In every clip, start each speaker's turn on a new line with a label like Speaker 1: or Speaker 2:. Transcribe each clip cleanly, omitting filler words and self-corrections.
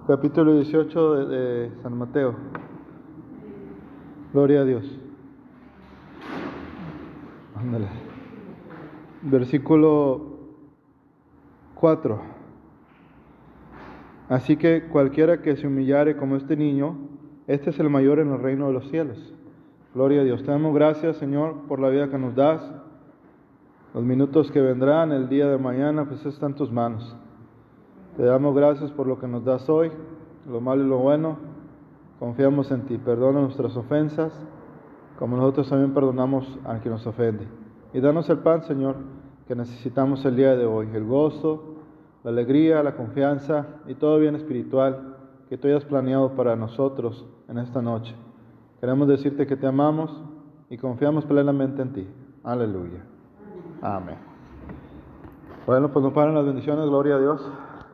Speaker 1: Capítulo 18 de San Mateo. Gloria a Dios. Ándale. Versículo 4. Así que cualquiera que se humillare como este niño, este es el mayor en el reino de los cielos. Gloria a Dios. Te damos gracias, Señor, por la vida que nos das. Los minutos que vendrán, el día de mañana, pues está en tus manos. Te damos gracias por lo que nos das hoy, lo malo y lo bueno. Confiamos en ti. Perdona nuestras ofensas, como nosotros también perdonamos a quien nos ofende. Y danos el pan, Señor, que necesitamos el día de hoy. El gozo, la alegría, la confianza y todo bien espiritual que tú hayas planeado para nosotros en esta noche. Queremos decirte que te amamos y confiamos plenamente en ti. Aleluya. Amén. Bueno, pues nos paran las bendiciones, gloria a Dios.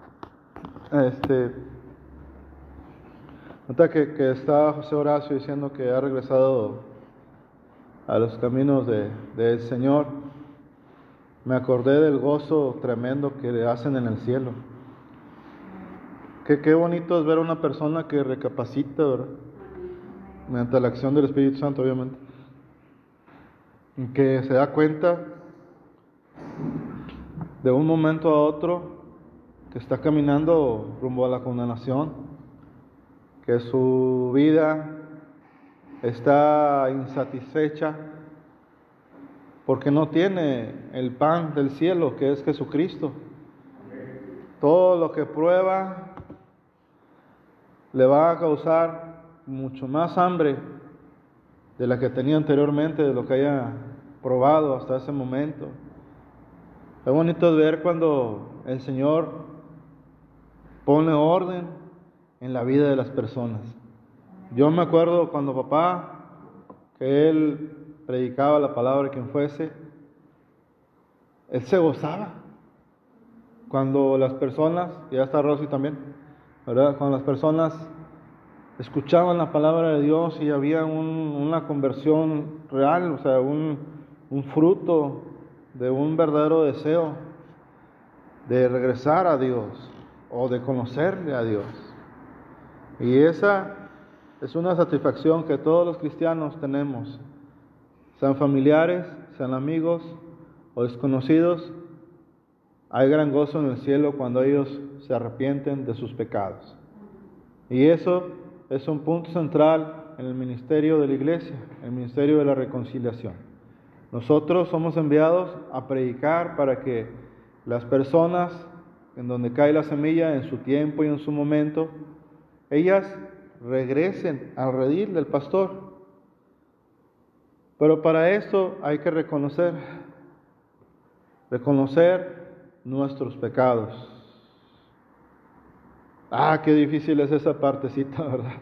Speaker 1: Nota que está José Horacio diciendo que ha regresado a los caminos del Señor. Me acordé del gozo tremendo que le hacen en el cielo. Qué bonito es ver a una persona que recapacita, ¿verdad? Mediante la acción del Espíritu Santo, obviamente. Que se da cuenta de un momento a otro que está caminando rumbo a la condenación, que su vida está insatisfecha porque no tiene el pan del cielo, que es Jesucristo. Todo lo que prueba le va a causar mucho más hambre de la que tenía anteriormente, de lo que haya probado hasta ese momento. Es bonito ver cuando el Señor pone orden en la vida de las personas. Yo me acuerdo cuando papá, que él predicaba la palabra quien fuese, él se gozaba. Cuando las personas, y ya está Rosy también, ¿verdad? Cuando las personas escuchaban la palabra de Dios y había una conversión real, o sea, un fruto de un verdadero deseo de regresar a Dios o de conocerle a Dios. Y esa es una satisfacción que todos los cristianos tenemos, sean familiares, sean amigos o desconocidos. Hay gran gozo en el cielo cuando ellos se arrepienten de sus pecados. Y eso es un punto central en el ministerio de la iglesia, el ministerio de la reconciliación. Nosotros somos enviados a predicar para que las personas, en donde cae la semilla, en su tiempo y en su momento, ellas regresen al redil del pastor. Pero para esto hay que reconocer nuestros pecados. Qué difícil es esa partecita, ¿verdad?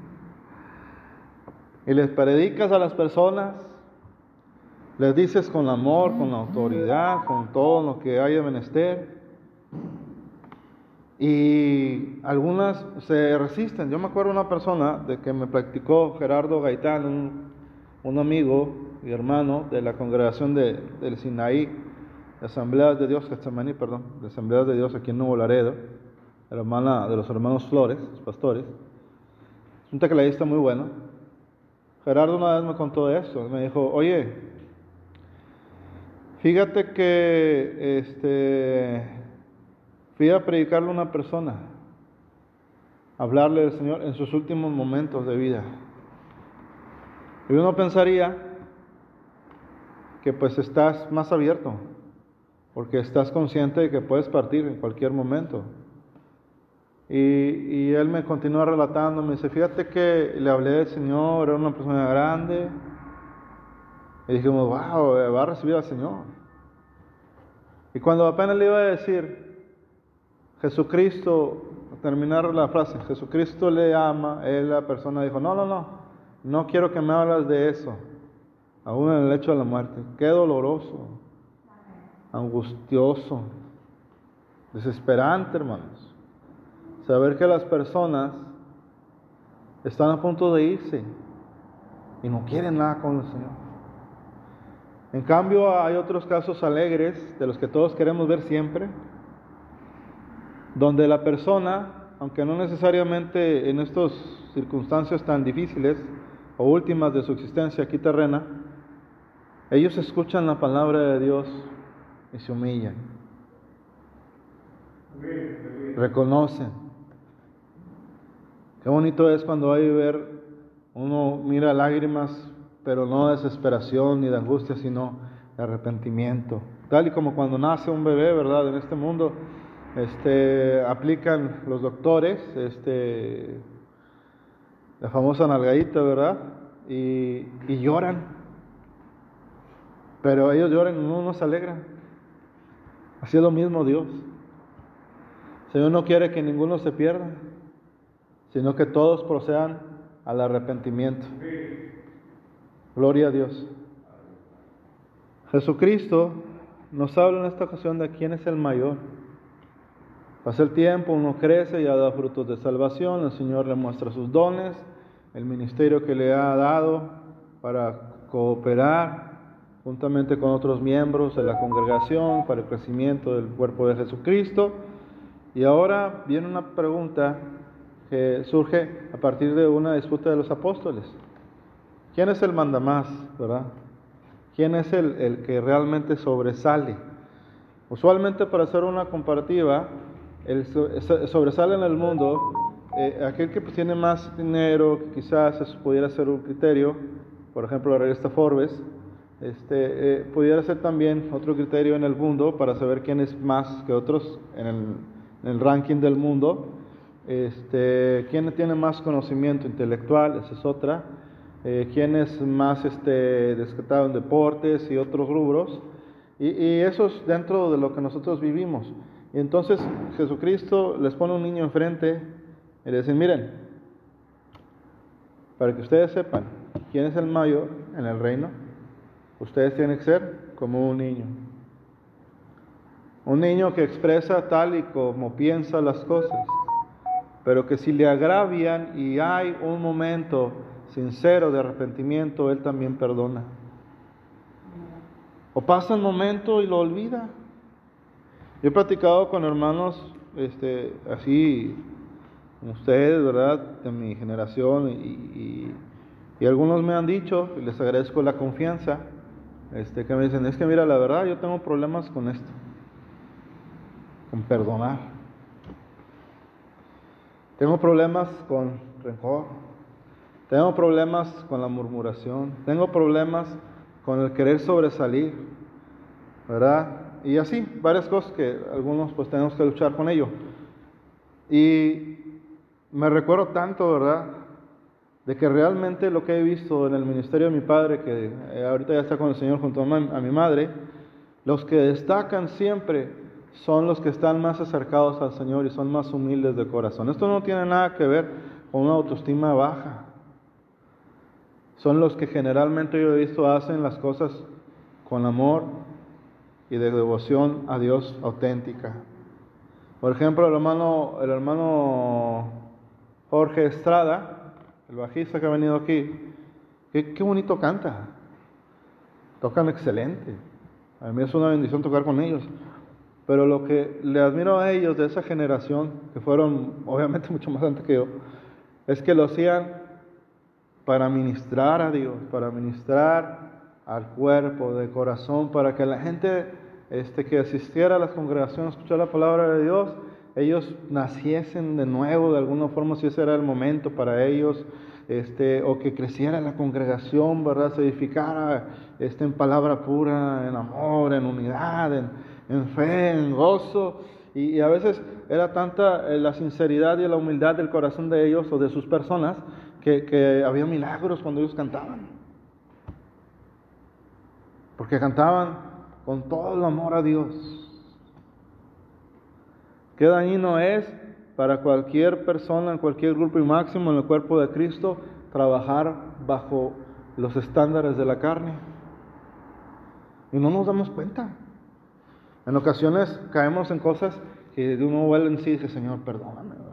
Speaker 1: Y les predicas a las personas, les dices con amor, con autoridad, con todo lo que haya menester. Y algunas se resisten. Yo me acuerdo de una persona de que me platicó Gerardo Gaitán, un amigo y hermano de la congregación del Sinaí, de Asambleas de Dios, de Asambleas de Dios aquí en Nuevo Laredo, hermana de los hermanos Flores, los pastores. Es un tecladista muy bueno. Gerardo una vez me contó eso. Me dijo, oye, fíjate que fui a predicarle a una persona, hablarle del Señor en sus últimos momentos de vida. Y uno pensaría que pues estás más abierto, porque estás consciente de que puedes partir en cualquier momento. Y él me continúa relatando, me dice, fíjate que le hablé del Señor, era una persona grande, y dijimos, wow, va a recibir al Señor. Y cuando apenas le iba a decir, Jesucristo, a terminar la frase, Jesucristo le ama, la persona dijo, no quiero que me hables de eso, aún en el hecho de la muerte. Qué doloroso, angustioso, desesperante, hermanos. Saber que las personas están a punto de irse y no quieren nada con el Señor. En cambio, hay otros casos alegres, de los que todos queremos ver siempre, donde la persona aunque no necesariamente en estas circunstancias tan difíciles o últimas de su existencia aquí terrena, ellos escuchan la palabra de Dios y se humillan, reconocen. Qué bonito es cuando hay ver, uno mira lágrimas, pero no de desesperación ni de angustia, sino de arrepentimiento. Tal y como cuando nace un bebé, ¿verdad? En este mundo, aplican los doctores, la famosa nalgadita, ¿verdad? Y lloran. Pero ellos lloran y uno no se alegra. Así es lo mismo Dios. El Señor no quiere que ninguno se pierda, sino que todos procedan al arrepentimiento. Gloria a Dios. Jesucristo nos habla en esta ocasión de quién es el mayor. Pasa el tiempo, uno crece y ha dado frutos de salvación, el Señor le muestra sus dones, el ministerio que le ha dado para cooperar juntamente con otros miembros de la congregación para el crecimiento del cuerpo de Jesucristo. Y ahora viene una pregunta que surge a partir de una disputa de los apóstoles. ¿Quién es el mandamás, verdad? ¿Quién es el que realmente sobresale? Usualmente, para hacer una comparativa, sobresale en el mundo aquel que tiene más dinero, que quizás eso pudiera ser un criterio. Por ejemplo, la revista Forbes pudiera ser también otro criterio en el mundo para saber quién es más que otros en el ranking del mundo. Quién tiene más conocimiento intelectual, esa es otra. Quién es más destacado en deportes y otros rubros. Y eso es dentro de lo que nosotros vivimos. Y entonces Jesucristo les pone un niño enfrente y les dice: miren, para que ustedes sepan quién es el mayor en el reino, ustedes tienen que ser como un niño. Un niño que expresa tal y como piensa las cosas, pero que si le agravian y hay un momento sincero de arrepentimiento, Él también perdona. O pasa un momento y lo olvida. Yo he platicado con hermanos así como ustedes, ¿verdad?, de mi generación, y algunos me han dicho, y les agradezco la confianza, que me dicen: es que mira, la verdad yo tengo problemas con esto, con perdonar. Tengo problemas con rencor. Tengo problemas con la murmuración. Tengo problemas con el querer sobresalir, ¿verdad? Y así, varias cosas que algunos pues tenemos que luchar con ello. Y me recuerdo tanto, ¿verdad?, de que realmente lo que he visto en el ministerio de mi padre, que ahorita ya está con el Señor junto a mi madre, los que destacan siempre son los que están más acercados al Señor y son más humildes de corazón. Esto no tiene nada que ver con una autoestima baja. Son los que generalmente yo he visto hacen las cosas con amor y de devoción a Dios auténtica. Por ejemplo, el hermano Jorge Estrada, el bajista que ha venido aquí, qué bonito canta. Tocan excelente. A mí es una bendición tocar con ellos. Pero lo que le admiro a ellos de esa generación, que fueron obviamente mucho más antes que yo, es que lo hacían para ministrar a Dios, para ministrar al cuerpo, de corazón, para que la gente que asistiera a las congregaciones, escuchar la palabra de Dios, ellos naciesen de nuevo de alguna forma, si ese era el momento para ellos, o que creciera la congregación, ¿verdad?, se edificara en palabra pura, en amor, en unidad, en fe, en gozo. Y a veces era tanta la sinceridad y la humildad del corazón de ellos o de sus personas que había milagros cuando ellos cantaban, porque cantaban con todo el amor a Dios. Qué dañino es para cualquier persona, en cualquier grupo, y máximo en el cuerpo de Cristo, trabajar bajo los estándares de la carne, y no nos damos cuenta. En ocasiones caemos en cosas que de uno vuelve en sí y dice: Señor, perdóname, ¿verdad?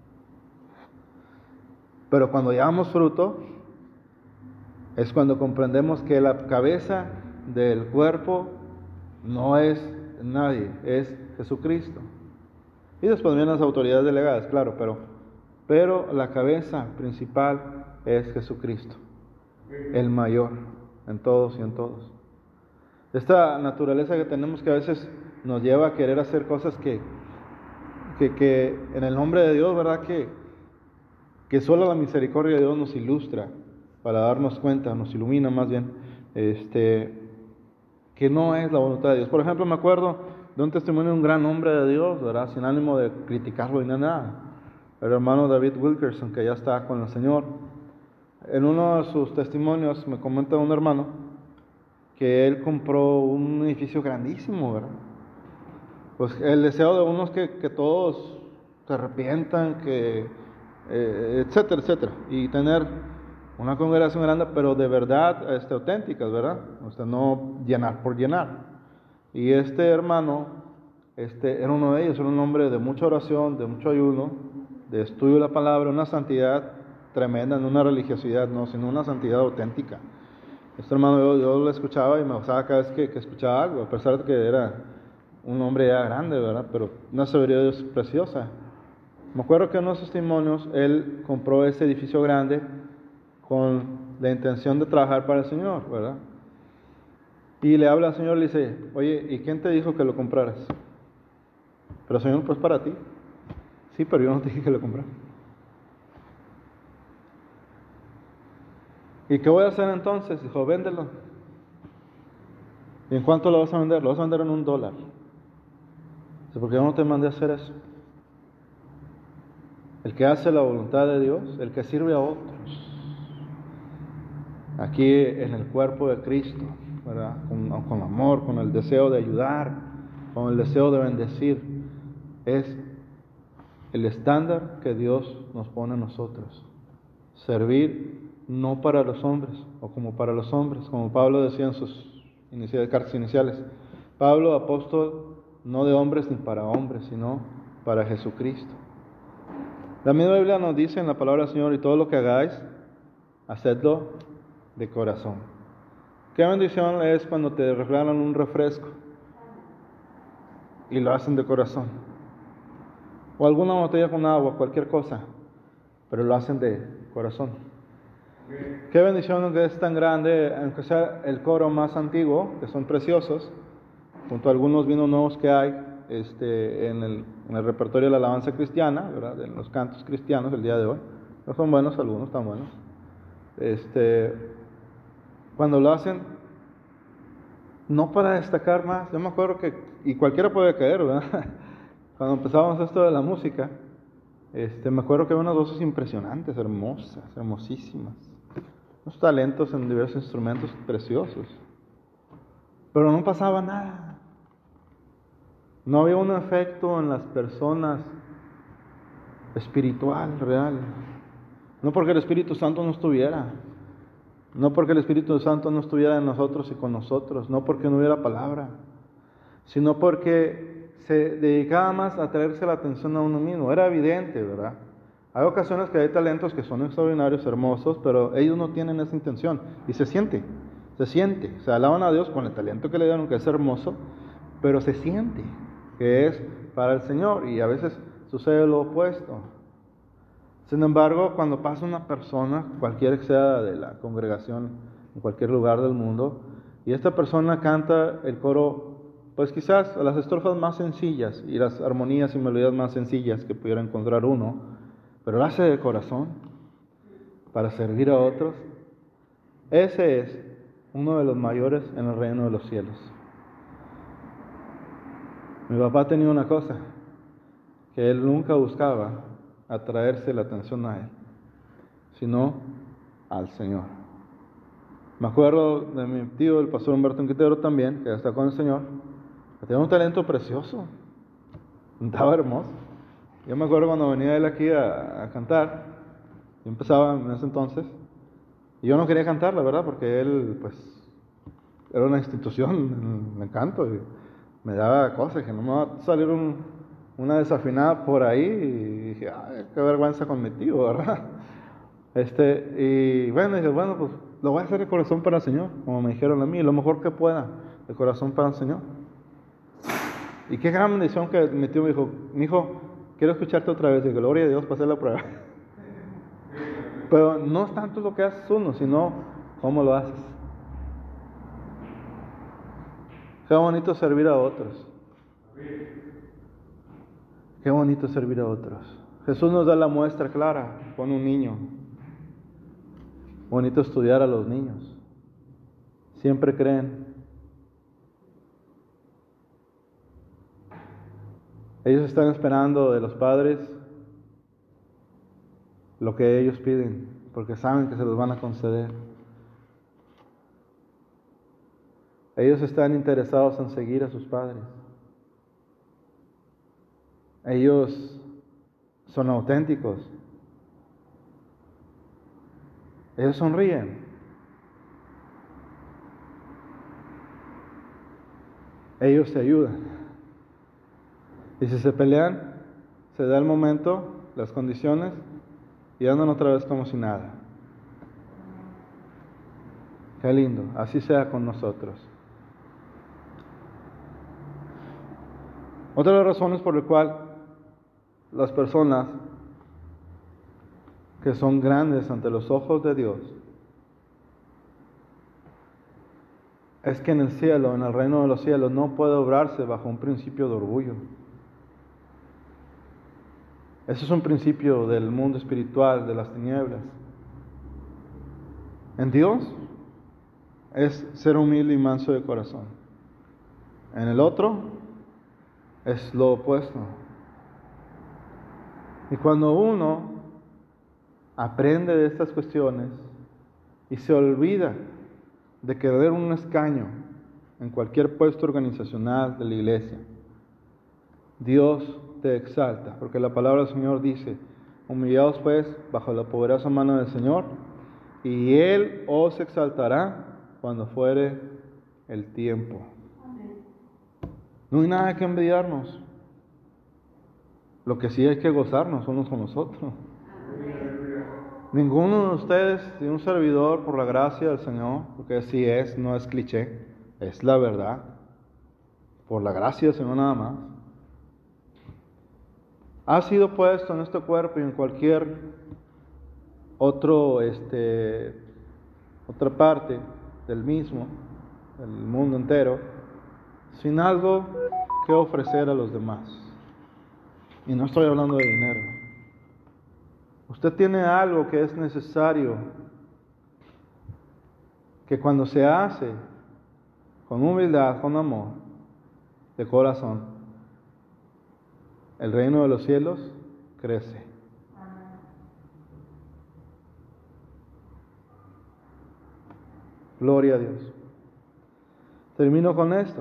Speaker 1: Pero cuando llevamos fruto, es cuando comprendemos que la cabeza del cuerpo no es nadie, es Jesucristo. Y después vienen las autoridades delegadas, claro, pero la cabeza principal es Jesucristo, el mayor en todos y en todos. Esta naturaleza que tenemos que a veces nos lleva a querer hacer cosas que en el nombre de Dios, ¿verdad? Que solo la misericordia de Dios nos ilustra para darnos cuenta, nos ilumina más bien, que no es la voluntad de Dios. Por ejemplo, me acuerdo de un testimonio de un gran hombre de Dios, ¿verdad? Sin ánimo de criticarlo ni nada. El hermano David Wilkerson, que ya está con el Señor. En uno de sus testimonios me comenta un hermano que él compró un edificio grandísimo, ¿verdad? Pues el deseo de uno es que todos se arrepientan, etcétera, etcétera, y tener una congregación grande, pero de verdad auténticas, ¿verdad? O sea, no llenar por llenar. Y este hermano era uno de ellos, era un hombre de mucha oración, de mucho ayuno, de estudio de la palabra, una santidad tremenda, no una religiosidad, no, sino una santidad auténtica. Este hermano yo lo escuchaba y me gozaba cada vez que escuchaba algo, a pesar de que era un hombre ya grande, ¿verdad? Pero una sabiduría de Dios preciosa. Me acuerdo que en unos testimonios él compró ese edificio grande con la intención de trabajar para el Señor, ¿verdad? Y le habla al Señor y le dice, oye, ¿y quién te dijo que lo compraras? Pero Señor, pues para ti. Sí, pero yo no te dije que lo comprara. ¿Y qué voy a hacer entonces? Dijo, véndelo. ¿Y en cuánto lo vas a vender? Lo vas a vender en $1. Dice, porque yo no te mandé a hacer eso. El que hace la voluntad de Dios, el que sirve a otros. Aquí en el cuerpo de Cristo, ¿verdad? Con amor, con el deseo de ayudar, con el deseo de bendecir. Es el estándar que Dios nos pone a nosotros. Servir no para los hombres, o como para los hombres, como Pablo decía en sus cartas iniciales. Pablo, apóstol, no de hombres ni para hombres, sino para Jesucristo. La misma Biblia nos dice en la palabra del Señor, y todo lo que hagáis, hacedlo de corazón. Qué bendición es cuando te regalan un refresco y lo hacen de corazón. O alguna botella con agua, cualquier cosa, pero lo hacen de corazón. Qué bendición que es tan grande, aunque sea el coro más antiguo, que son preciosos, junto a algunos vinos nuevos que hay en el repertorio de la alabanza cristiana, ¿verdad? En los cantos cristianos el día de hoy. No son buenos, algunos están buenos. Cuando lo hacen, no para destacar más, yo me acuerdo que, y cualquiera puede caer, ¿verdad? Cuando empezábamos esto de la música, me acuerdo que había unas voces impresionantes, hermosas, hermosísimas. Unos talentos en diversos instrumentos preciosos. Pero no pasaba nada. No había un efecto en las personas espiritual, real. No porque el Espíritu Santo no estuviera. No porque el Espíritu Santo no estuviera en nosotros y con nosotros. No porque no hubiera palabra. Sino porque se dedicaba más a traerse la atención a uno mismo. Era evidente, ¿verdad? Hay ocasiones que hay talentos que son extraordinarios, hermosos, pero ellos no tienen esa intención. Y se siente. Se alaban a Dios con el talento que le dieron, que es hermoso, pero se siente que es para el Señor. Y a veces sucede lo opuesto. Sin embargo, cuando pasa una persona, cualquiera que sea de la congregación, en cualquier lugar del mundo, y esta persona canta el coro, pues quizás las estrofas más sencillas y las armonías y melodías más sencillas que pudiera encontrar uno, pero lo hace de corazón para servir a otros, ese es uno de los mayores en el reino de los cielos. Mi papá tenía una cosa, que él nunca buscaba atraerse la atención a él, sino al Señor. Me acuerdo de mi tío, el pastor Humberto Enquitero también, que ya está con el Señor, que tenía un talento precioso, estaba hermoso. Yo me acuerdo cuando venía él aquí a cantar, yo empezaba en ese entonces, y yo no quería cantar, la verdad, porque él, pues, era una institución, me encantó, y me daba cosas, que no me va a salir una desafinada por ahí, y dije, ay, qué vergüenza con mi tío, ¿verdad? Y bueno, dije, bueno, pues, lo voy a hacer de corazón para el Señor, como me dijeron a mí, lo mejor que pueda, de corazón para el Señor. Y qué gran bendición que mi tío me dijo, mi hijo, quiero escucharte otra vez, de gloria a Dios para hacer la prueba. Pero no es tanto lo que haces uno, sino cómo lo haces. Qué bonito servir a otros. Qué bonito servir a otros. Jesús nos da la muestra clara con un niño. Bonito estudiar a los niños. Siempre creen. Ellos están esperando de los padres lo que ellos piden, porque saben que se los van a conceder. Ellos están interesados en seguir a sus padres. Ellos son auténticos. Ellos sonríen. Ellos se ayudan. Y si se pelean, se da el momento, las condiciones, y andan otra vez como si nada. Qué lindo, así sea con nosotros. Otra de las razones por las cuales las personas que son grandes ante los ojos de Dios es que en el cielo, en el reino de los cielos, no puede obrarse bajo un principio de orgullo. Eso es un principio del mundo espiritual, de las tinieblas. En Dios es ser humilde y manso de corazón. En el otro es lo opuesto. Y cuando uno aprende de estas cuestiones y se olvida de querer un escaño en cualquier puesto organizacional de la iglesia, Dios te exalta, porque la palabra del Señor dice: humillaos pues bajo la poderosa mano del Señor, y Él os exaltará cuando fuere el tiempo. No hay nada que envidiarnos. Lo que sí hay que gozarnos unos con los otros. Ninguno de ustedes, de un servidor, por la gracia del Señor, porque así es, no es cliché, es la verdad, por la gracia del Señor nada más, ha sido puesto en este cuerpo y en cualquier otra parte del mismo, del mundo entero, sin algo que ofrecer a los demás. Y no estoy hablando de dinero. Usted tiene algo que es necesario, que cuando se hace con humildad, con amor, de corazón, el reino de los cielos crece. Gloria a Dios. Termino con esto.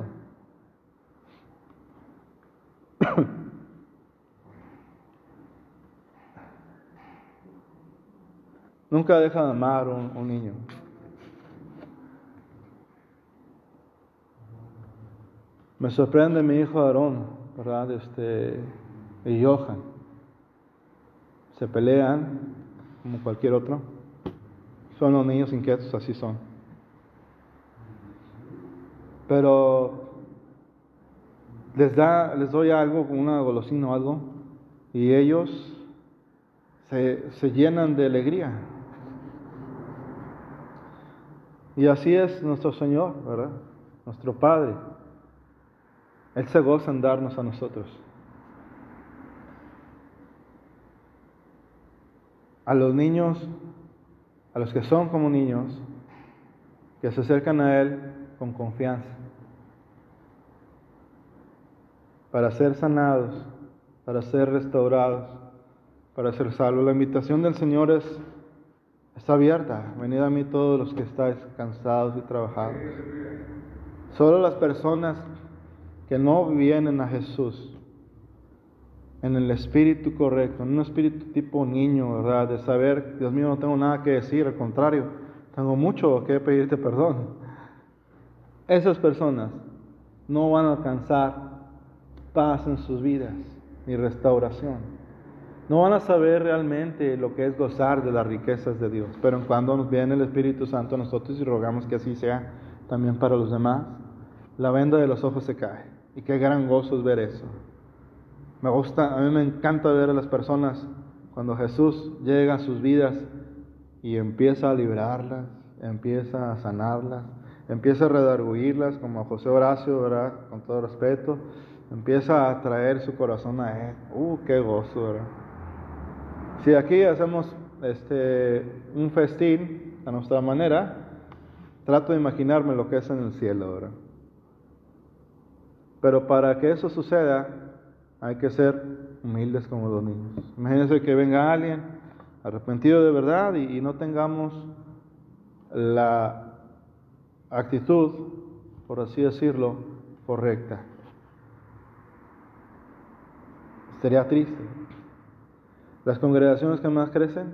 Speaker 1: Nunca deja de amar a un niño. Me sorprende mi hijo Aarón, ¿verdad? Y Johan. Se pelean como cualquier otro. Son los niños inquietos, así son. Pero les doy algo, como una golosina o algo, y ellos se llenan de alegría. Y así es nuestro Señor, ¿verdad? Nuestro Padre. Él se goza en darnos a nosotros. A los niños, a los que son como niños, que se acercan a Él con confianza, para ser sanados, para ser restaurados, para ser salvos. La invitación del Señor está abierta. Venid a mí todos los que estáis cansados y trabajados. Solo las personas que no vienen a Jesús en el espíritu correcto, en un espíritu tipo niño, ¿verdad? De saber, Dios mío, no tengo nada que decir, al contrario, tengo mucho que pedirte perdón. Esas personas no van a alcanzar paz en sus vidas, ni restauración. No van a saber realmente lo que es gozar de las riquezas de Dios. Pero cuando nos viene el Espíritu Santo a nosotros y rogamos que así sea también para los demás, la venda de los ojos se cae. Y qué gran gozo es ver eso. A mí me encanta ver a las personas cuando Jesús llega a sus vidas y empieza a liberarlas, empieza a sanarlas, empieza a redarguirlas, como a José Horacio, ¿verdad? Con todo respeto, empieza a traer su corazón a Él. ¡Qué gozo!, ¿verdad? Si aquí hacemos un festín a nuestra manera, trato de imaginarme lo que es en el cielo, ¿verdad? Pero para que eso suceda, hay que ser humildes como los niños. Imagínense que venga alguien arrepentido de verdad y no tengamos la actitud, por así decirlo, correcta. Sería triste. Las congregaciones que más crecen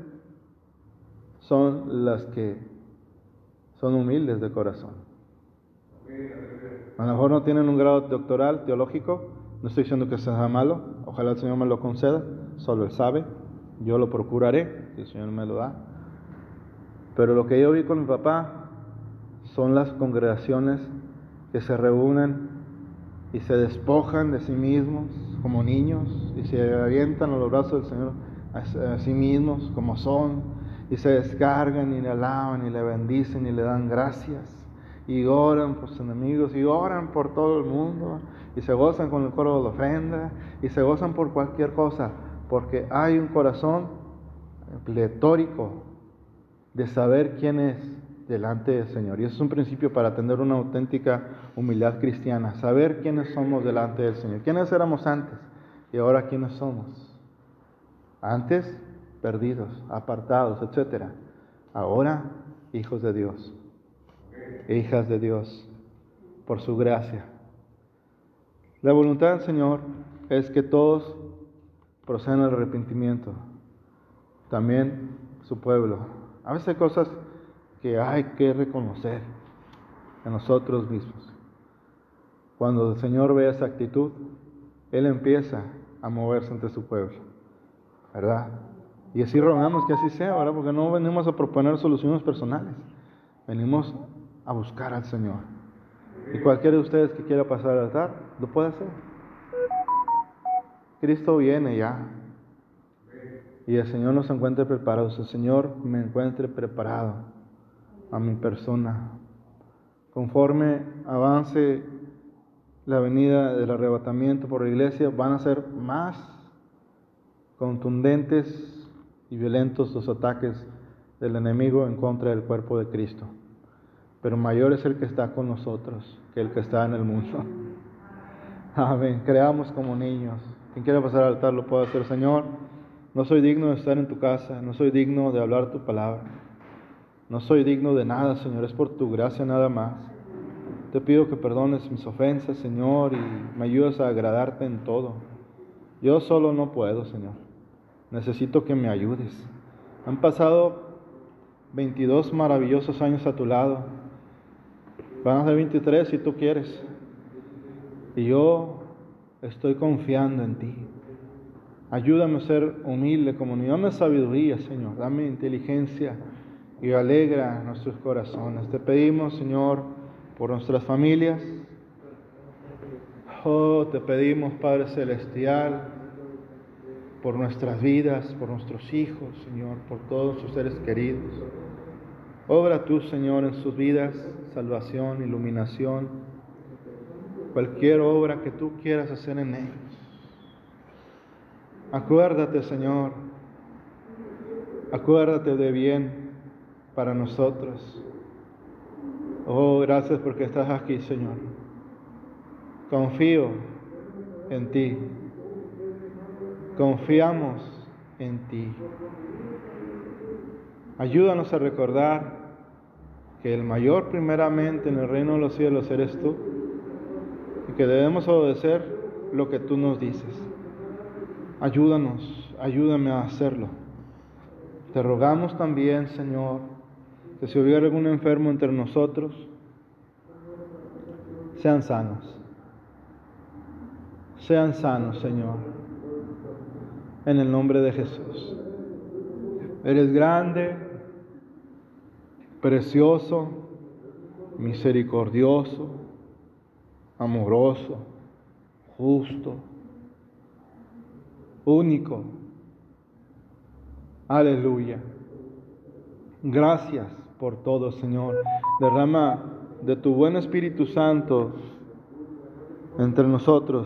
Speaker 1: son las que son humildes de corazón. A lo mejor no tienen un grado doctoral teológico, no estoy diciendo que sea malo, ojalá el Señor me lo conceda, solo Él sabe, yo lo procuraré, si el Señor me lo da. Pero lo que yo vi con mi papá son las congregaciones que se reúnen y se despojan de sí mismos como niños y se avientan a los brazos del Señor a sí mismos como son y se descargan y le alaban y le bendicen y le dan gracias y oran por sus enemigos y oran por todo el mundo y se gozan con el coro de ofrenda y se gozan por cualquier cosa porque hay un corazón pletórico de saber quién es delante del Señor. Y eso es un principio para tener una auténtica humildad cristiana, saber quiénes somos delante del Señor. ¿Quiénes éramos antes? Y ahora quiénes somos. Antes, perdidos, apartados, etc. Ahora, hijos de Dios, hijas de Dios, por su gracia. La voluntad del Señor es que todos procedan al arrepentimiento, también su pueblo. A veces hay cosas que hay que reconocer en nosotros mismos. Cuando el Señor ve esa actitud, Él empieza a moverse entre su pueblo, ¿verdad? Y así rogamos que así sea, ¿verdad? Porque no venimos a proponer soluciones personales, venimos a buscar al Señor. Y cualquiera de ustedes que quiera pasar al altar, lo puede hacer. Cristo viene ya. Y el Señor nos encuentre preparados. El Señor me encuentre preparado a mi persona. Conforme avance la venida del arrebatamiento por la iglesia, van a ser más contundentes y violentos los ataques del enemigo en contra del cuerpo de Cristo. Pero mayor es el que está con nosotros que el que está en el mundo. Amén. Creamos como niños. Quien quiera pasar al altar lo puede hacer. Señor, no soy digno de estar en tu casa, no soy digno de hablar tu palabra. No soy digno de nada, Señor, es por tu gracia nada más. Te pido que perdones mis ofensas, Señor, y me ayudes a agradarte en todo. Yo solo no puedo, Señor. Necesito que me ayudes. Han pasado 22 maravillosos años a tu lado. Van a ser 23 si tú quieres. Y yo estoy confiando en ti. Ayúdame a ser humilde como niño. Dame sabiduría, Señor. Dame inteligencia y alegra nuestros corazones. Te pedimos, Señor, por nuestras familias. Te pedimos, Padre Celestial, por nuestras vidas, por nuestros hijos, Señor, por todos sus seres queridos. Obra tú, Señor, en sus vidas, salvación, iluminación, cualquier obra que tú quieras hacer en ellos. Acuérdate, Señor, acuérdate de bien para nosotros. Gracias porque estás aquí, Señor. Confío en ti. Confiamos en ti. Ayúdanos a recordar que el mayor primeramente en el reino de los cielos eres tú y que debemos obedecer lo que tú nos dices. Ayúdanos, ayúdame a hacerlo. Te rogamos también, Señor, que si hubiera algún enfermo entre nosotros, sean sanos. Sean sanos, Señor, en el nombre de Jesús. Eres grande, precioso, misericordioso, amoroso, justo. único. Aleluya. Gracias por todo, Señor. Derrama de tu buen Espíritu Santo entre nosotros.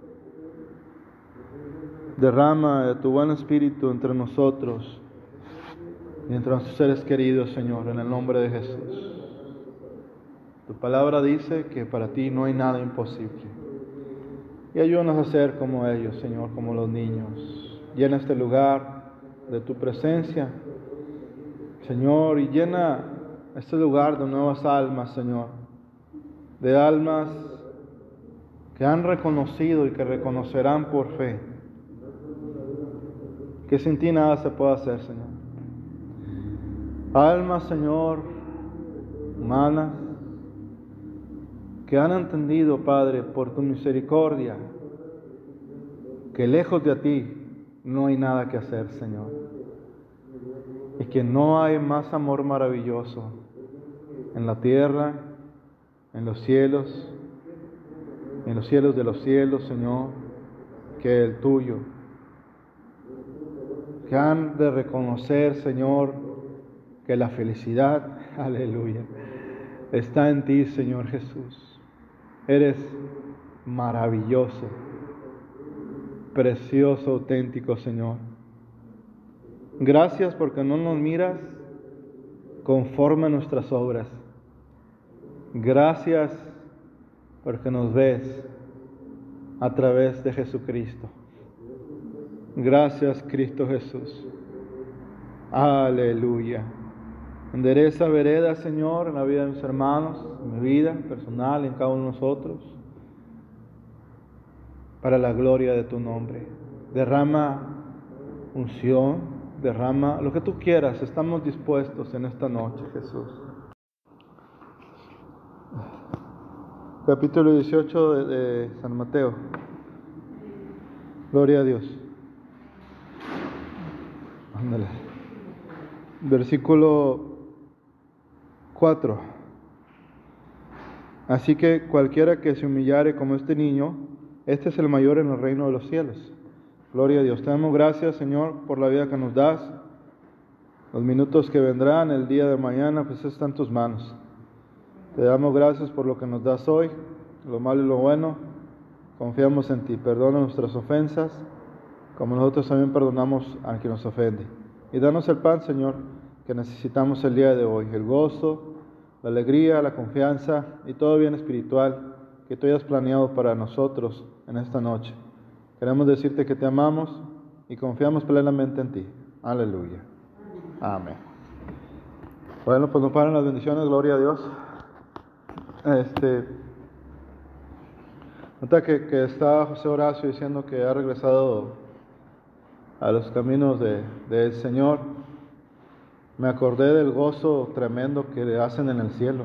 Speaker 1: Derrama de tu buen Espíritu entre nosotros y entre nuestros seres queridos, Señor, en el nombre de Jesús. Tu palabra dice que para ti no hay nada imposible. Y ayúdanos a ser como ellos, Señor, como los niños. Llena este lugar de tu presencia, Señor, y llena este lugar de nuevas almas, Señor. De almas que han reconocido y que reconocerán por fe que sin ti nada se puede hacer, Señor. Almas, Señor, humanas, que han entendido, Padre, por tu misericordia, que lejos de ti no hay nada que hacer, Señor. Y que no hay más amor maravilloso en la tierra, en los cielos de los cielos, Señor, que el tuyo. Que han de reconocer, Señor, que la felicidad, aleluya, está en ti, Señor Jesús. Eres maravilloso, precioso, auténtico, Señor. Gracias porque no nos miras conforme a nuestras obras. Gracias porque nos ves a través de Jesucristo. Gracias, Cristo Jesús. Aleluya. Endereza vereda, Señor, en la vida de mis hermanos, en mi vida personal, en cada uno de nosotros, para la gloria de tu nombre. Derrama unción, derrama lo que tú quieras. Estamos dispuestos en esta noche, Jesús. Capítulo 18 de San Mateo. Gloria a Dios. Ándale. Versículo 4. Así que cualquiera que se humillare como este niño, este es el mayor en el reino de los cielos. Gloria a Dios. Te damos gracias, Señor, por la vida que nos das. Los minutos que vendrán, el día de mañana, pues está en tus manos. Te damos gracias por lo que nos das hoy, lo malo y lo bueno. Confiamos en ti. Perdona nuestras ofensas, como nosotros también perdonamos a quien nos ofende. Y danos el pan, Señor, que necesitamos el día de hoy. El gozo, la alegría, la confianza y todo bien espiritual que tú hayas planeado para nosotros en esta noche. Queremos decirte que te amamos y confiamos plenamente en ti. Aleluya. Amén. Bueno, pues no paran las bendiciones, gloria a Dios. Nota que está José Horacio diciendo que ha regresado a los caminos del Señor. Me acordé del gozo tremendo que le hacen en el cielo.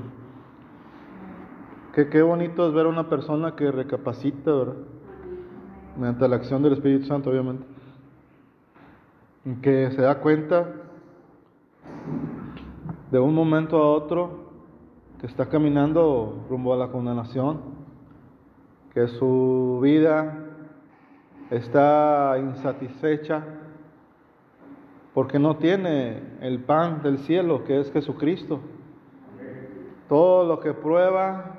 Speaker 1: Qué bonito es ver a una persona que recapacita, ¿verdad? Mediante la acción del Espíritu Santo, obviamente. Que se da cuenta de un momento a otro que está caminando rumbo a la condenación, que su vida está insatisfecha porque no tiene el pan del cielo, que es Jesucristo. Todo lo que prueba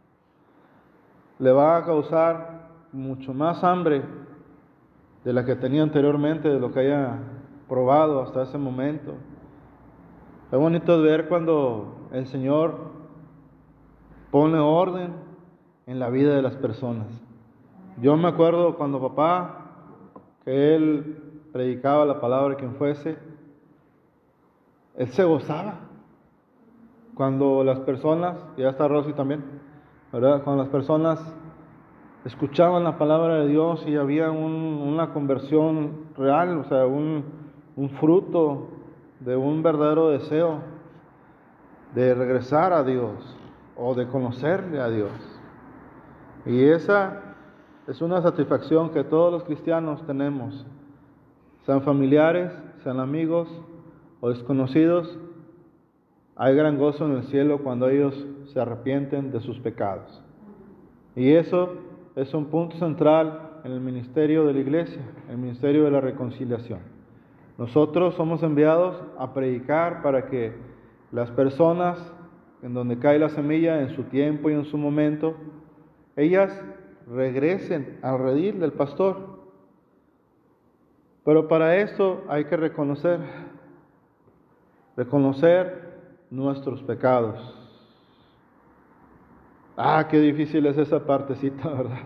Speaker 1: le va a causar mucho más hambre de la que tenía anteriormente, de lo que haya probado hasta ese momento. Es bonito ver cuando el Señor pone orden en la vida de las personas. Yo me acuerdo cuando papá, que él predicaba la palabra quien fuese, él se gozaba. Cuando las personas, y ya está Rosy también, ¿verdad? Cuando las personas escuchaban la palabra de Dios y había una conversión real, o sea, un fruto de un verdadero deseo de regresar a Dios o de conocerle a Dios. Y esa es una satisfacción que todos los cristianos tenemos, sean familiares, sean amigos o desconocidos. Hay gran gozo en el cielo cuando ellos se arrepienten de sus pecados. Y eso es un punto central en el ministerio de la iglesia, el ministerio de la reconciliación. Nosotros somos enviados a predicar para que las personas en donde cae la semilla, en su tiempo y en su momento, ellas regresen al redil del pastor. Pero para esto hay que reconocer nuestros pecados. Qué difícil es esa partecita, ¿verdad?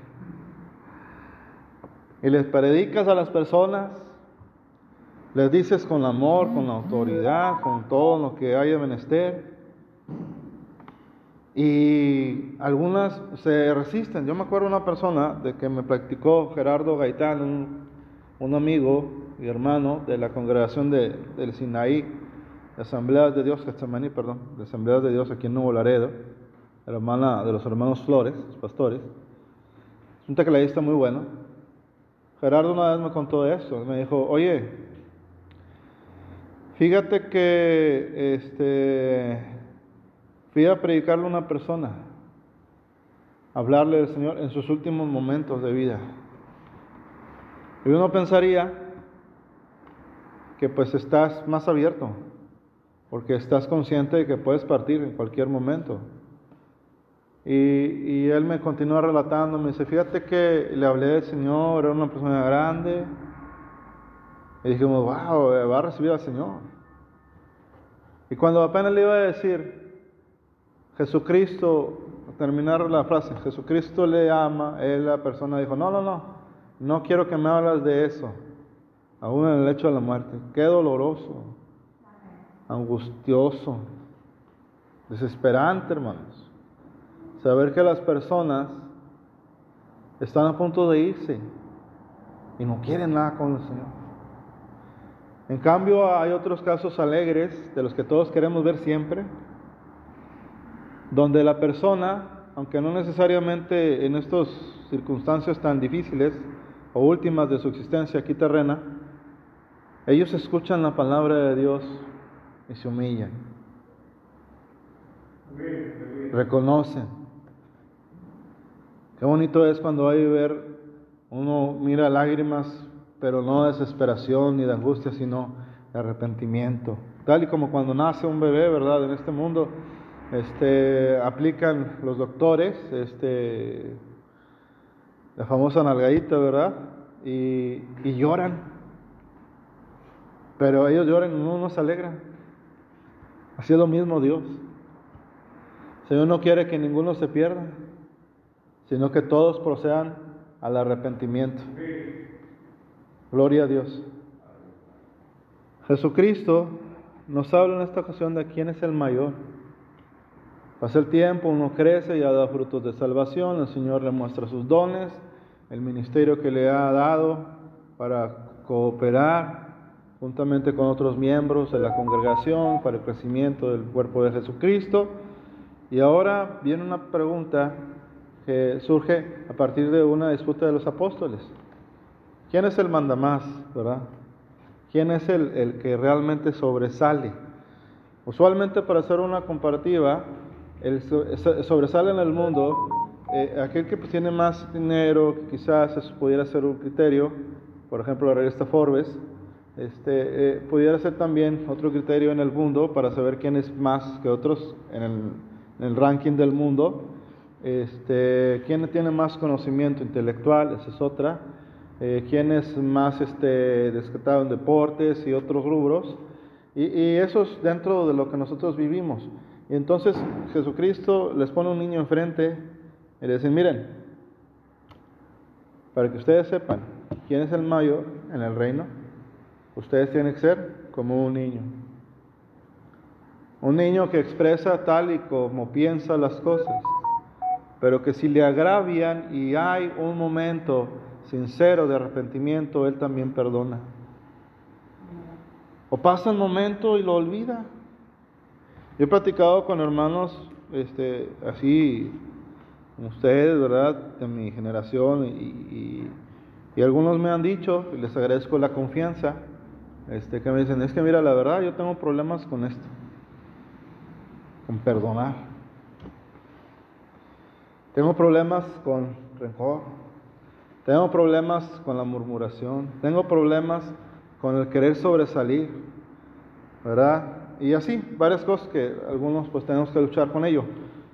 Speaker 1: Y les predicas a las personas, les dices con amor, con autoridad, con todo lo que haya menester. Y algunas se resisten. Yo me acuerdo de una persona de que me practicó Gerardo Gaitán, un amigo y hermano de la congregación del Sinaí, de Asambleas de Dios, de Asambleas de Dios aquí en Nuevo Laredo, hermana de los hermanos Flores, los pastores. Un tecladista muy bueno. Gerardo una vez me contó esto, me dijo, oye, fíjate que fui a predicarle a una persona, hablarle del Señor en sus últimos momentos de vida. Y uno pensaría que pues estás más abierto, porque estás consciente de que puedes partir en cualquier momento. Y él me continúa relatando, me dice, fíjate que le hablé del Señor, era una persona grande. Y dijimos, wow, va a recibir al Señor. Y cuando apenas le iba a decir, Jesucristo, a terminar la frase, Jesucristo le ama, la persona dijo, no quiero que me hables de eso, aún en el hecho de la muerte. Qué doloroso, angustioso, desesperante, hermanos. Saber que las personas están a punto de irse y no quieren nada con el Señor. En cambio, hay otros casos alegres, de los que todos queremos ver siempre, donde la persona, aunque no necesariamente en estas circunstancias tan difíciles o últimas de su existencia aquí terrena, ellos escuchan la palabra de Dios y se humillan, reconocen. Qué bonito es cuando hay ver, uno mira lágrimas, pero no de desesperación ni de angustia, sino de arrepentimiento. Tal y como cuando nace un bebé, ¿verdad? En este mundo, aplican los doctores, la famosa nalgadita, ¿verdad? Y lloran. Pero ellos lloran y uno se alegra. Así es lo mismo Dios. El Señor no quiere que ninguno se pierda, sino que todos procedan al arrepentimiento. Gloria a Dios. Jesucristo nos habla en esta ocasión de quién es el mayor. Pasa el tiempo, uno crece y da frutos de salvación, el Señor le muestra sus dones, el ministerio que le ha dado para cooperar juntamente con otros miembros de la congregación para el crecimiento del cuerpo de Jesucristo. Y ahora viene una pregunta que surge a partir de una disputa de los apóstoles. ¿Quién es el mandamás, verdad? ¿Quién es el que realmente sobresale? Usualmente, para hacer una comparativa, sobresale en el mundo aquel que pues tiene más dinero, que quizás eso pudiera ser un criterio. Por ejemplo, la revista Forbes pudiera ser también otro criterio en el mundo para saber quién es más que otros en el ranking del mundo. ¿Quién tiene más conocimiento intelectual? Esa es otra. ¿Quién es más destacado en deportes y otros rubros? Y eso es dentro de lo que nosotros vivimos. Y entonces Jesucristo les pone un niño enfrente y les dice, miren, para que ustedes sepan quién es el mayor en el reino, ustedes tienen que ser como un niño. Un niño que expresa tal y como piensa las cosas, pero que si le agravian y hay un momento sincero de arrepentimiento, Él también perdona. O pasa un momento y lo olvida. Yo he platicado con hermanos así como ustedes, ¿verdad?, de mi generación, y algunos me han dicho, y les agradezco la confianza, que me dicen, es que mira, la verdad yo tengo problemas con esto, con perdonar. Tengo problemas con rencor. Tengo problemas con la murmuración. Tengo problemas con el querer sobresalir, ¿verdad? Y así, varias cosas que algunos pues tenemos que luchar con ello.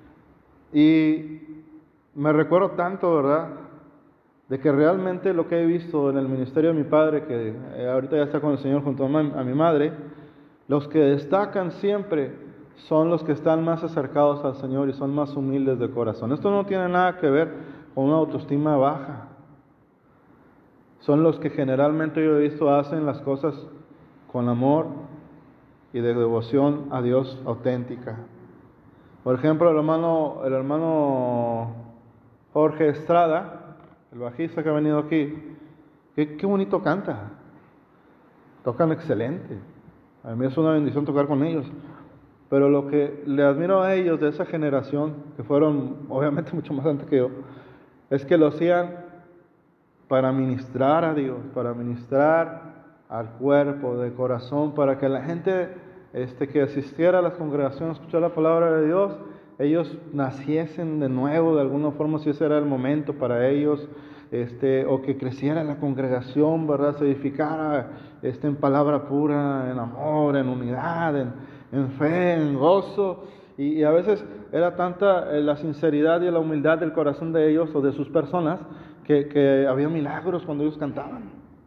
Speaker 1: Y me recuerdo tanto, ¿verdad?, de que realmente lo que he visto en el ministerio de mi padre, que ahorita ya está con el Señor junto a mi madre, los que destacan siempre son los que están más acercados al Señor y son más humildes de corazón. Esto no tiene nada que ver con una autoestima baja. Son los que generalmente yo he visto hacen las cosas con amor y de devoción a Dios auténtica. Por ejemplo, el hermano Jorge Estrada, el bajista que ha venido aquí, qué bonito canta. Tocan excelente. A mí es una bendición tocar con ellos. Pero lo que le admiro a ellos de esa generación, que fueron obviamente mucho más antes que yo, es que lo hacían para ministrar a Dios, para ministrar al cuerpo, de corazón, para que la gente que asistiera a las congregaciones, escuchar la palabra de Dios, ellos naciesen de nuevo de alguna forma, si ese era el momento para ellos, o que creciera la congregación, ¿verdad? Se edificara en palabra pura, en amor, en unidad, en fe, en gozo. Y a veces era tanta la sinceridad y la humildad del corazón de ellos o de sus personas que había milagros cuando ellos cantaban.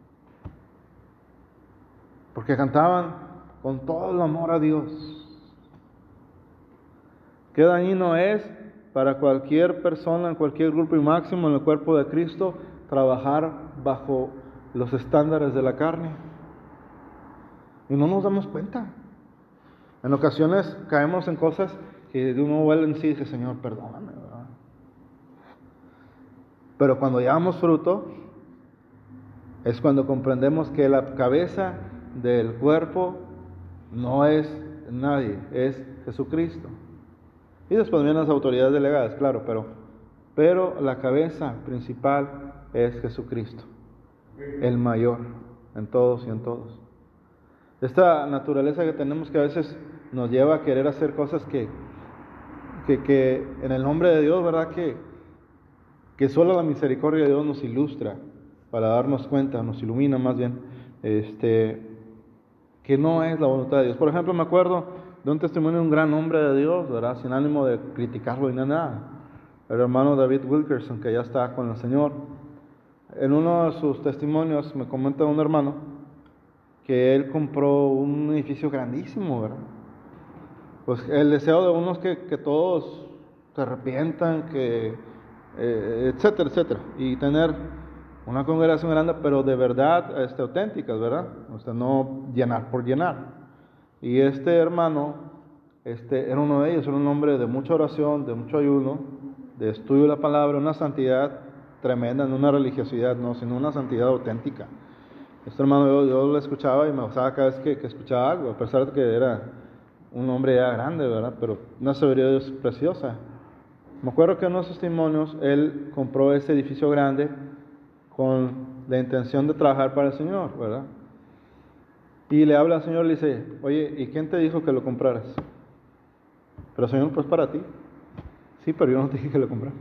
Speaker 1: Porque cantaban con todo el amor a Dios. Qué dañino es para cualquier persona, en cualquier grupo y máximo en el cuerpo de Cristo, trabajar bajo los estándares de la carne. Y no nos damos cuenta. En ocasiones caemos en cosas que de uno vuelve en sí y dice, Señor, perdóname, ¿verdad? Pero cuando llevamos fruto, es cuando comprendemos que la cabeza del cuerpo no es nadie, es Jesucristo. Y después vienen las autoridades delegadas, claro, pero la cabeza principal es Jesucristo, el mayor en todos y en todos. Esta naturaleza que tenemos que a veces nos lleva a querer hacer cosas que en el nombre de Dios, ¿verdad? Que solo la misericordia de Dios nos ilustra para darnos cuenta, nos ilumina más bien, que no es la voluntad de Dios. Por ejemplo, me acuerdo de un testimonio de un gran hombre de Dios, ¿verdad? Sin ánimo de criticarlo ni nada. El hermano David Wilkerson, que ya está con el Señor. En uno de sus testimonios me comenta un hermano que él compró un edificio grandísimo, ¿verdad? Pues el deseo de unos que todos se arrepientan, etcétera, etcétera. Y tener una congregación grande, pero de verdad auténticas, ¿verdad? O sea, no llenar por llenar. Y este hermano, era uno de ellos, era un hombre de mucha oración, de mucho ayuno, de estudio de la palabra, una santidad tremenda, no una religiosidad, no, sino una santidad auténtica. Este hermano yo lo escuchaba y me gozaba cada vez que escuchaba algo, a pesar de que era un hombre ya grande, ¿verdad? Pero una sabiduría de Dios preciosa. Me acuerdo que en unos testimonios él compró ese edificio grande con la intención de trabajar para el Señor, ¿verdad? Y le habla al Señor y le dice, oye, ¿y quién te dijo que lo compraras? Pero Señor, pues para ti. Sí, pero yo no te dije que lo comprara.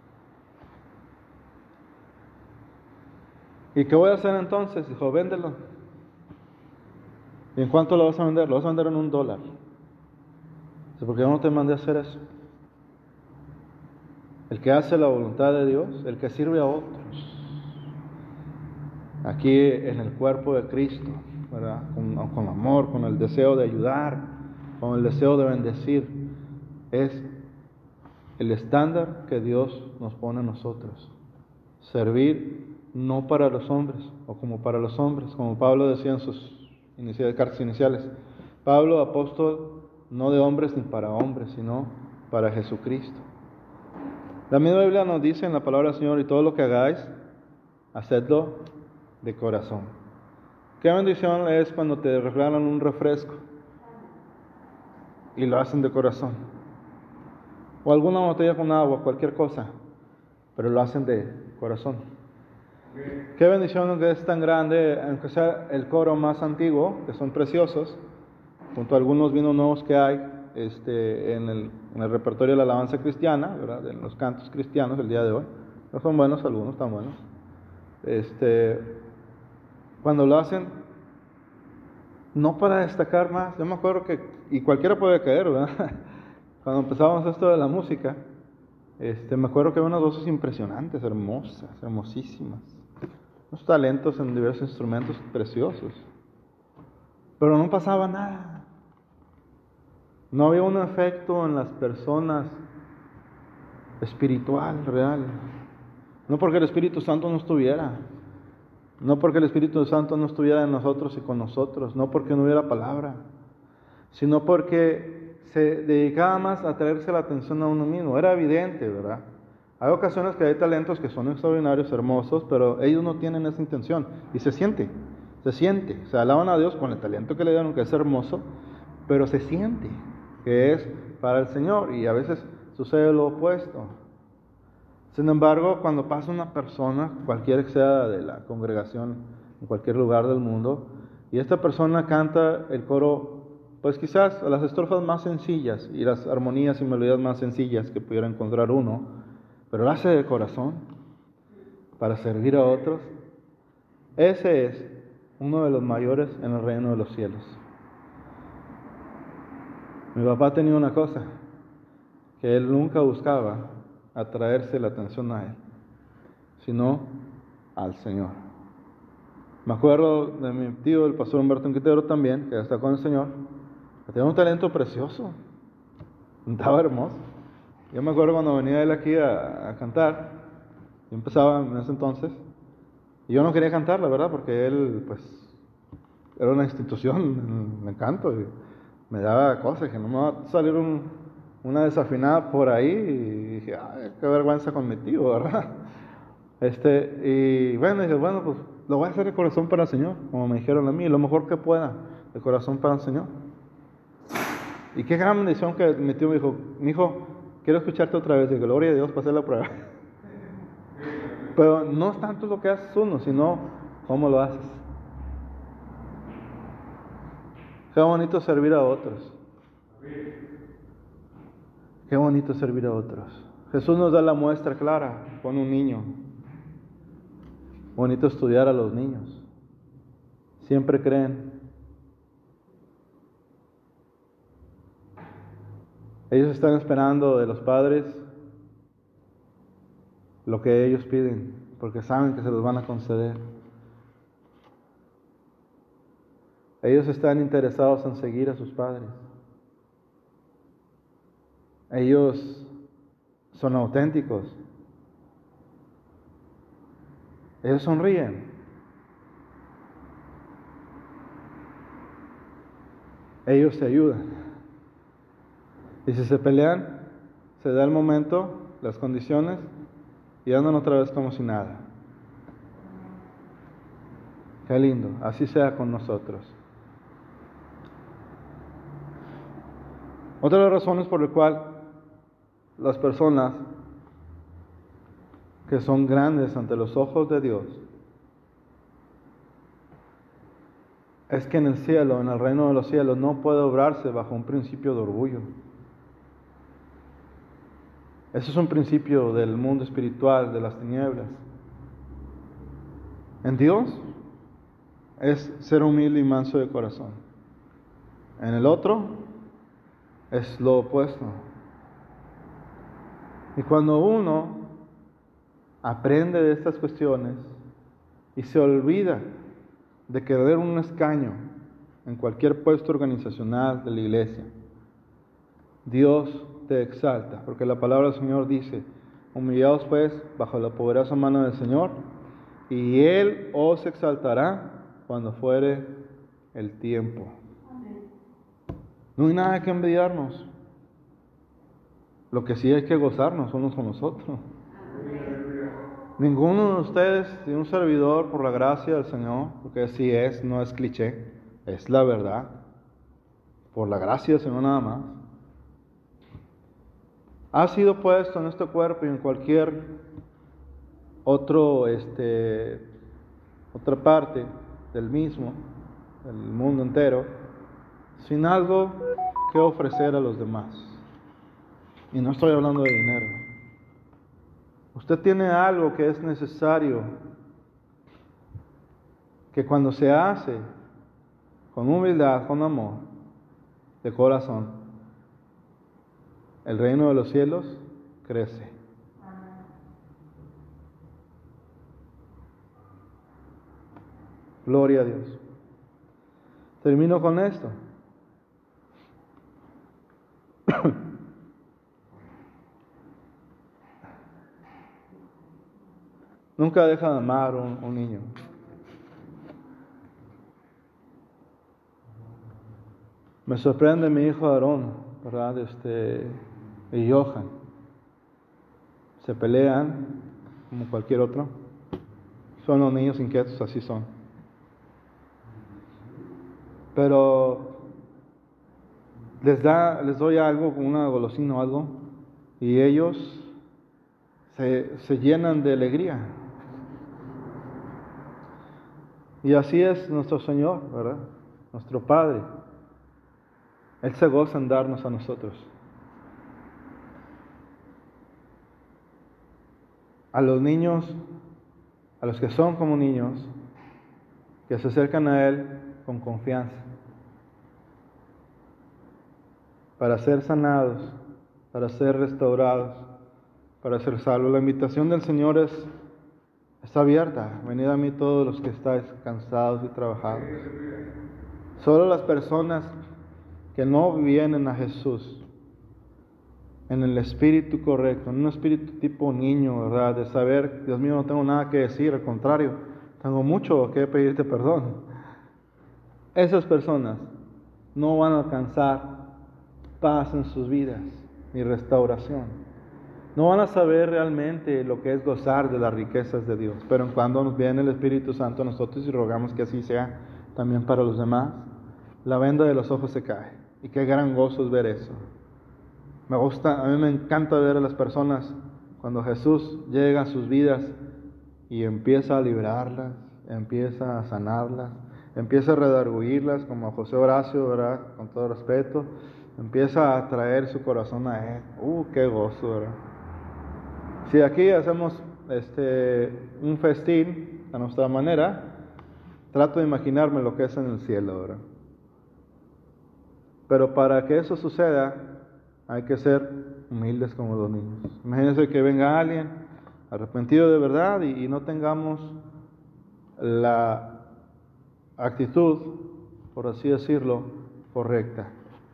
Speaker 1: ¿Y qué voy a hacer entonces? Dijo, véndelo. ¿Y en cuánto lo vas a vender? Lo vas a vender en $1. Dice, porque yo no te mandé a hacer eso. El que hace la voluntad de Dios, el que sirve a otros. Aquí en el cuerpo de Cristo, ¿verdad? Con amor, con el deseo de ayudar, con el deseo de bendecir, es el estándar que Dios nos pone a nosotros. Servir no para los hombres, o como para los hombres, como Pablo decía en sus cartas iniciales. Pablo, apóstol, no de hombres ni para hombres, sino para Jesucristo. La misma Biblia nos dice en la palabra del Señor, y todo lo que hagáis, hacedlo de corazón. Qué bendición es cuando te regalan un refresco y lo hacen de corazón, o alguna botella con agua, cualquier cosa, pero lo hacen de corazón. Qué bendición que es tan grande, aunque sea el coro más antiguo, que son preciosos, junto a algunos vinos nuevos que hay en el repertorio de la alabanza cristiana, ¿verdad? En los cantos cristianos el día de hoy. No son buenos, algunos están buenos. cuando lo hacen, no para destacar más. Yo me acuerdo que, y cualquiera puede caer, ¿verdad? Cuando empezábamos esto de la música, me acuerdo que había unas voces impresionantes, hermosas, hermosísimas. Unos talentos en diversos instrumentos preciosos. Pero no pasaba nada. No había un efecto en las personas espiritual, real. No porque el Espíritu Santo no estuviera. No porque el Espíritu Santo no estuviera en nosotros y con nosotros. No porque no hubiera palabra. Sino porque se dedicaba más a traerse la atención a uno mismo. Era evidente, ¿verdad? Hay ocasiones que hay talentos que son extraordinarios, hermosos, pero ellos no tienen esa intención. Y se siente. Se alaban a Dios con el talento que le dieron, que es hermoso, pero se siente que es para el Señor. Y a veces sucede lo opuesto. Sin embargo, cuando pasa una persona, cualquiera que sea de la congregación, en cualquier lugar del mundo, y esta persona canta el coro, pues quizás las estrofas más sencillas y las armonías y melodías más sencillas que pudiera encontrar uno, pero lo hace de corazón para servir a otros, ese es uno de los mayores en el reino de los cielos. Mi papá tenía una cosa, que él nunca buscaba atraerse la atención a él, sino al Señor. Me acuerdo de mi tío, el pastor Humberto Enquitero también, que está con el Señor, que tenía un talento precioso, estaba hermoso. Yo me acuerdo cuando venía él aquí a cantar, yo empezaba en ese entonces, y yo no quería cantar, la verdad, porque él, pues, era una institución en el canto, y me daba cosas, que no me va a salir una desafinada por ahí, y dije, ay, qué vergüenza con mi tío, ¿verdad? Y bueno, dije, bueno, pues lo voy a hacer de corazón para el Señor, como me dijeron a mí, lo mejor que pueda, de corazón para el Señor. Y qué gran bendición que mi tío me dijo, mijo, quiero escucharte otra vez, y gloria a Dios para hacer la prueba. Pero no es tanto lo que haces uno, sino cómo lo haces. Qué bonito servir a otros. Qué bonito servir a otros. Jesús nos da la muestra clara con un niño. Bonito estudiar a los niños. Siempre creen. Ellos están esperando de los padres lo que ellos piden, porque saben que se los van a conceder. Ellos están interesados en seguir a sus padres. Ellos son auténticos. Ellos sonríen. Ellos se ayudan. Y si se pelean, se da el momento, las condiciones, y andan otra vez como si nada. Qué lindo, así sea con nosotros. Otra de las razones por la cual las personas que son grandes ante los ojos de Dios es que en el cielo, en el reino de los cielos, no puede obrarse bajo un principio de orgullo. Eso es un principio del mundo espiritual, de las tinieblas. En Dios es ser humilde y manso de corazón. En el otro es lo opuesto. Y cuando uno aprende de estas cuestiones y se olvida de querer un escaño en cualquier puesto organizacional de la iglesia, Dios te exalta, porque la palabra del Señor dice, humillaos pues bajo la poderosa mano del Señor, y Él os exaltará cuando fuere el tiempo. No hay nada que envidiarnos. Lo que sí hay que gozarnos unos con los otros. Ninguno de ustedes, ni un servidor, por la gracia del Señor, porque así es, no es cliché, es la verdad, por la gracia del Señor nada más, ha sido puesto en este cuerpo y en cualquier otra parte del mismo, del mundo entero, sin algo que ofrecer a los demás. Y no estoy hablando de dinero. Usted tiene algo que es necesario que cuando se hace con humildad, con amor, de corazón, el reino de los cielos crece. Gloria a Dios. Termino con esto. Nunca deja de amar un niño. Me sorprende mi hijo Aarón, ¿verdad? Y Johan. Se pelean como cualquier otro. Son los niños inquietos, así son. Pero les doy algo, una golosina o algo, y ellos se llenan de alegría. Y así es nuestro Señor, ¿verdad? Nuestro Padre. Él se goza en darnos a nosotros. A los niños, a los que son como niños, que se acercan a Él con confianza, para ser sanados, para ser restaurados, para ser salvos. La invitación del Señor está abierta. Venid a mí todos los que estáis cansados y trabajados. Solo las personas que no vienen a Jesús en el espíritu correcto, en un espíritu tipo niño, ¿verdad? De saber, Dios mío, no tengo nada que decir, al contrario, tengo mucho que pedirte perdón. Esas personas no van a alcanzar paz en sus vidas, ni restauración. No van a saber realmente lo que es gozar de las riquezas de Dios. Pero cuando nos viene el Espíritu Santo a nosotros y rogamos que así sea también para los demás, la venda de los ojos se cae. Y qué gran gozo es ver eso. A mí me encanta ver a las personas cuando Jesús llega a sus vidas y empieza a librarlas, empieza a sanarlas, empieza a redarguirlas, como a José Horacio, ¿verdad? Con todo respeto, empieza a traer su corazón a Él. Qué gozo, ¿verdad? Si aquí hacemos un festín a nuestra manera, trato de imaginarme lo que es en el cielo, ¿verdad? Pero para que eso suceda, hay que ser humildes como los niños. Imagínense que venga alguien arrepentido de verdad y no tengamos la actitud, por así decirlo, correcta.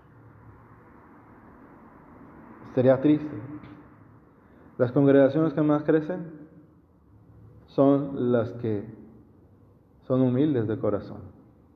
Speaker 1: Sería triste. Las congregaciones que más crecen son las que son humildes de corazón.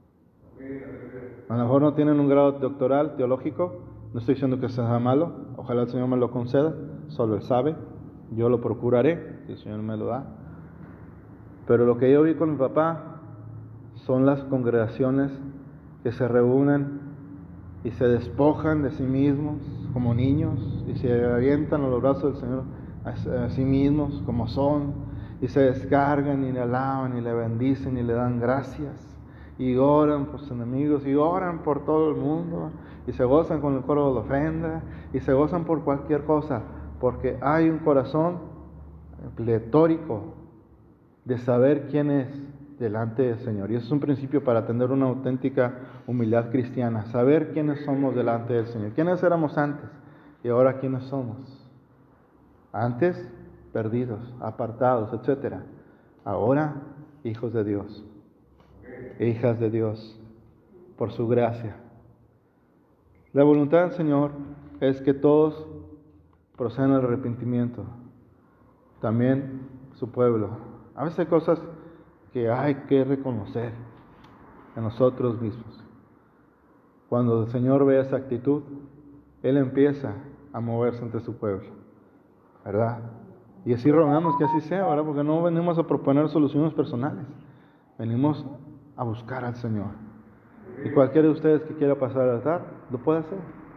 Speaker 1: A lo mejor no tienen un grado doctoral teológico, no estoy diciendo que sea malo, ojalá el Señor me lo conceda, solo Él sabe, yo lo procuraré, si el Señor me lo da. Pero lo que yo vi con mi papá son las congregaciones que se reúnen y se despojan de sí mismos como niños y se avientan a los brazos del Señor a sí mismos como son y se descargan y le alaban y le bendicen y le dan gracias y oran por sus enemigos y oran por todo el mundo y se gozan con el coro de la ofrenda y se gozan por cualquier cosa porque hay un corazón pletórico de saber quién es delante del Señor. Y eso es un principio para tener una auténtica humildad cristiana, saber quiénes somos delante del Señor. ¿Quiénes éramos antes? Y ahora quiénes somos. Antes, perdidos, apartados, etc. Ahora, hijos de Dios, hijas de Dios, por su gracia. La voluntad del Señor es que todos procedan al arrepentimiento, también su pueblo. A veces hay cosas que hay que reconocer en nosotros mismos. Cuando el Señor ve esa actitud, Él empieza a moverse entre su pueblo, ¿verdad? Y así rogamos que así sea, ¿verdad? Porque no venimos a proponer soluciones personales, venimos a buscar al Señor. Y cualquiera de ustedes que quiera pasar al altar, lo puede hacer.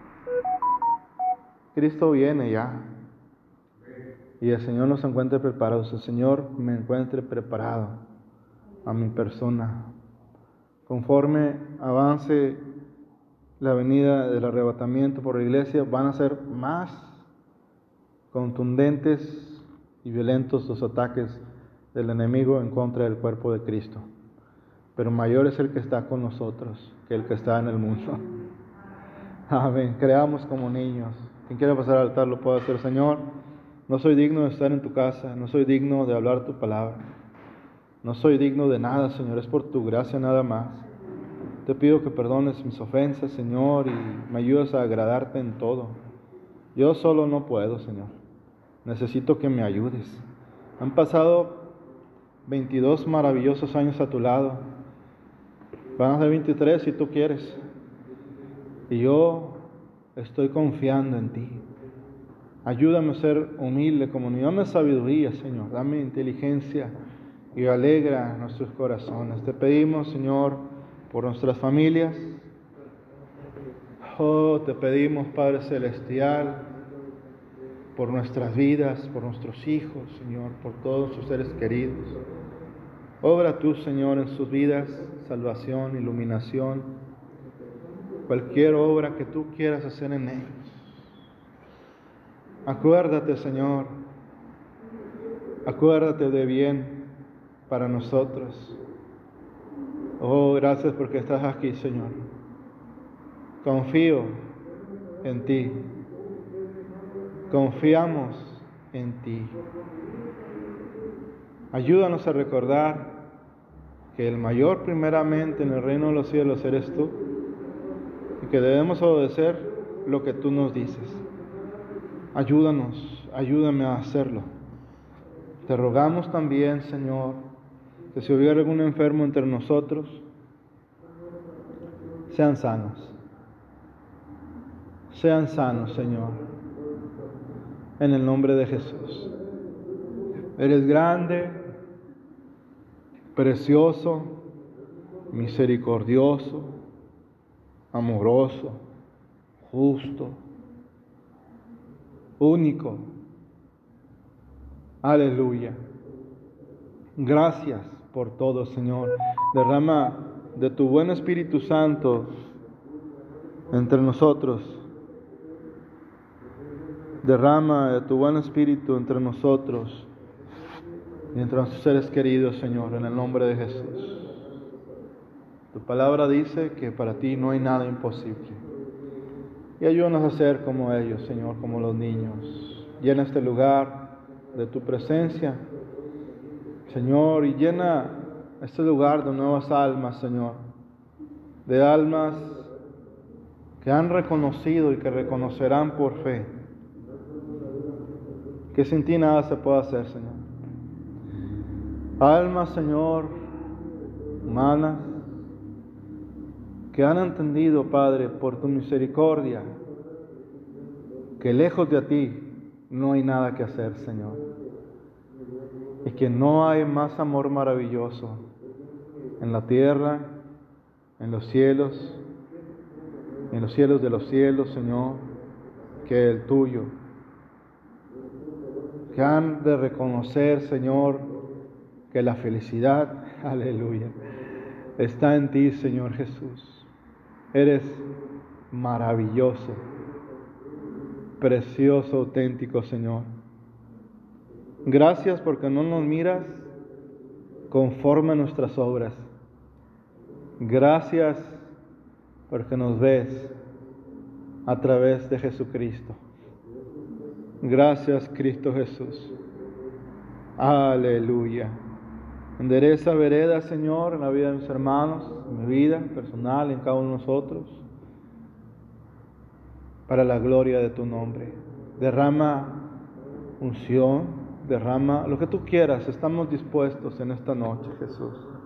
Speaker 1: Cristo viene ya. Y el Señor nos encuentre preparados. El Señor me encuentre preparado a mi persona. Conforme avance la venida del arrebatamiento por la iglesia, van a ser más contundentes y violentos los ataques del enemigo en contra del cuerpo de Cristo. pero mayor es el que está con nosotros que el que está en el mundo. Amén. Creamos como niños. Quien quiera pasar al altar lo puede hacer. Señor, no soy digno de estar en tu casa, no soy digno de hablar tu palabra, no soy digno de nada, Señor, es por tu gracia nada más. Te pido que perdones mis ofensas, Señor, y me ayudes a agradarte en todo. Yo solo no puedo, Señor. Necesito que me ayudes. Han pasado 22 maravillosos años a tu lado. Van a ser 23 si tú quieres. Y yo estoy confiando en ti. Ayúdame a ser humilde como niño. Dame sabiduría, Señor. Dame inteligencia y alegra nuestros corazones. Te pedimos, Señor, por nuestras familias. Oh, te pedimos, Padre Celestial, por nuestras vidas, por nuestros hijos, Señor, por todos sus seres queridos. Obra tú, Señor, en sus vidas, salvación, iluminación, cualquier obra que tú quieras hacer en ellos. Acuérdate, Señor, acuérdate de bien para nosotros. Oh, gracias porque estás aquí, Señor. Confío en ti. Confiamos en ti. Ayúdanos a recordar que el mayor primeramente en el reino de los cielos eres tú y que debemos obedecer lo que tú nos dices. Ayúdanos, ayúdame a hacerlo. Te rogamos también, Señor, que si hubiera algún enfermo entre nosotros, sean sanos. Sean sanos, Señor, en el nombre de Jesús. Eres grande, precioso, misericordioso, amoroso, justo, único. Aleluya. Gracias por todo, Señor. Derrama de tu buen Espíritu Santo entre nosotros. Derrama de tu buen Espíritu entre nosotros y entre nuestros seres queridos, Señor, en el nombre de Jesús. Tu palabra dice que para ti no hay nada imposible. Y ayúdanos a ser como ellos, Señor, como los niños. Llena este lugar de tu presencia, Señor, y llena este lugar de nuevas almas, Señor, de almas que han reconocido y que reconocerán por fe que sin ti nada se puede hacer, Señor. Almas, Señor, humanas, que han entendido, Padre, por tu misericordia, que lejos de ti no hay nada que hacer, Señor, y que no hay más amor maravilloso en la tierra, en los cielos de los cielos, Señor, que el tuyo. Que han de reconocer, Señor, que la felicidad, aleluya, está en ti, Señor Jesús. Eres maravilloso, precioso, auténtico, Señor. Gracias porque no nos miras conforme a nuestras obras. Gracias porque nos ves a través de Jesucristo. Gracias, Cristo Jesús. Aleluya. Endereza vereda, Señor, en la vida de mis hermanos, en mi vida personal, en cada uno de nosotros, para la gloria de tu nombre. Derrama unción, derrama lo que tú quieras. Estamos dispuestos en esta noche, Jesús.